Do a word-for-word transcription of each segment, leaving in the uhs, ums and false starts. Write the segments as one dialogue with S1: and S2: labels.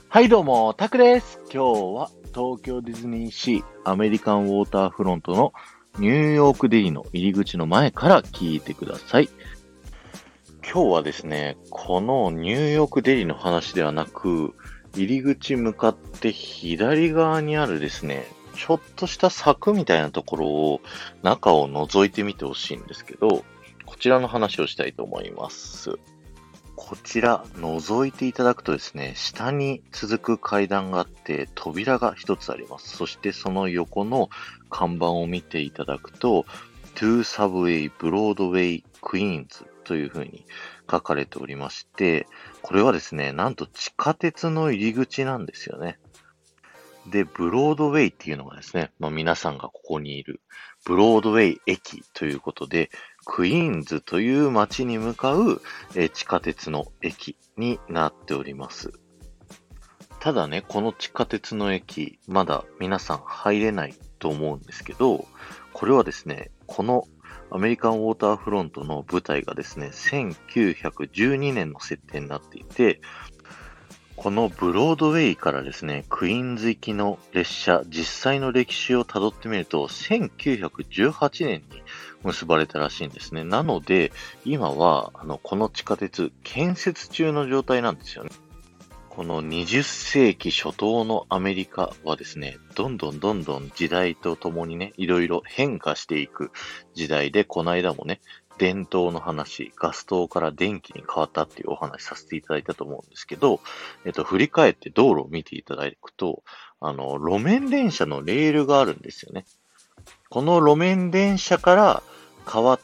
S1: はいどうも、タクです。今日は東京ディズニーシーアメリカンウォーターフロントのニューヨークデリの入り口の前から聞いてください。今日はですね、このニューヨークデリの話ではなく、入り口向かって左側にあるですね、ちょっとした柵みたいなところを中を覗いてみてほしいんですけど、こちらの話をしたいと思います。こちら、覗いていただくとですね、下に続く階段があって、扉が一つあります。そしてその横の看板を見ていただくと、To Subway Broadway Queens という風に書かれておりまして、これはですね、なんと地下鉄の入り口なんですよね。で、ブロードウェイっていうのがですね、まあ、皆さんがここにいるブロードウェイ駅ということで、クイーンズという街に向かう、えー地下鉄の駅になっております。ただね、この地下鉄の駅、まだ皆さん入れないと思うんですけど、これはですね、このアメリカンウォーターフロントの舞台がですね、せんきゅうひゃくじゅうにねんの設定になっていて、このブロードウェイからですね、クイーンズ行きの列車、実際の歴史をたどってみると、せんきゅうひゃくじゅうはちねんに結ばれたらしいんですね。なので、今は、あの、この地下鉄、建設中の状態なんですよね。このにじゅっせいき初頭のアメリカはですね、どんどんどんどん時代とともにね、いろいろ変化していく時代で、この間もね、電灯の話、ガス灯から電気に変わったっていうお話させていただいたと思うんですけど、えっと、振り返って道路を見ていただくと、あの、路面電車のレールがあるんですよね。この路面電車から変わって、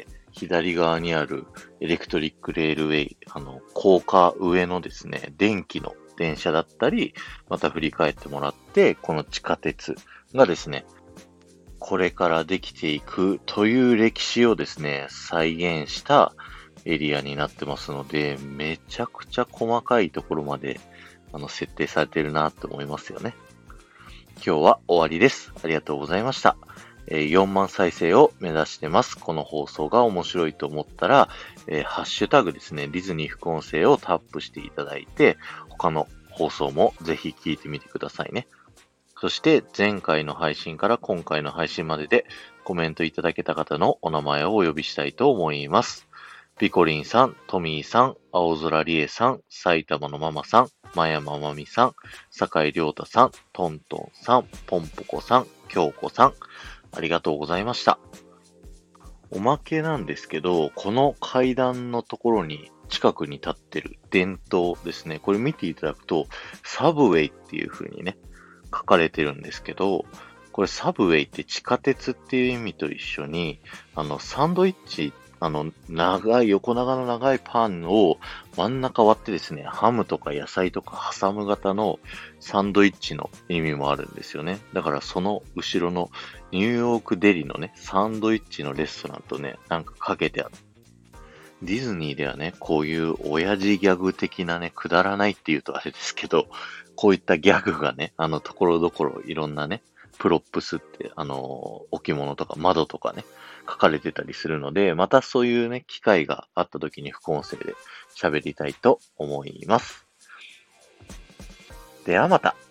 S1: 左側にあるエレクトリックレールウェイ、あの、高架上のですね、電気の電車だったり、また振り返ってもらって、この地下鉄がですね、これからできていくという歴史をですね、再現したエリアになってますので、めちゃくちゃ細かいところまで、あの、設定されてるなと思いますよね。今日は終わりです。ありがとうございました。えーよんまん再生を目指してます。この放送が面白いと思ったら、えーハッシュタグですね、ディズニー副音声をタップしていただいて、他の放送もぜひ聞いてみてくださいね。そして前回の配信から今回の配信まででコメントいただけた方のお名前をお呼びしたいと思います。ピコリンさん、トミーさん、青空理恵さん、埼玉のママさん、真山まみさん、坂井亮太さん、トントンさん、ポンポコさん、京子さん、ありがとうございました。おまけなんですけど、この階段のところに近くに立ってる電灯ですね。これ見ていただくと、サブウェイっていう風にね、書かれてるんですけど、これサブウェイって地下鉄っていう意味と一緒に、あの、サンドイッチ、あの、長い、横長の長いパンを真ん中割ってですね、ハムとか野菜とか挟む型のサンドイッチの意味もあるんですよね。だからその後ろのニューヨークデリのね、サンドイッチのレストランとね、なんかかけてあって、ディズニーではね、こういう親父ギャグ的なね、くだらないって言うとあれですけど、こういったギャグがね、あの、ところどころいろんなね、プロップスって、あの、置物とか窓とかね、書かれてたりするので、またそういうね、機会があった時に副音声で喋りたいと思います。ではまた。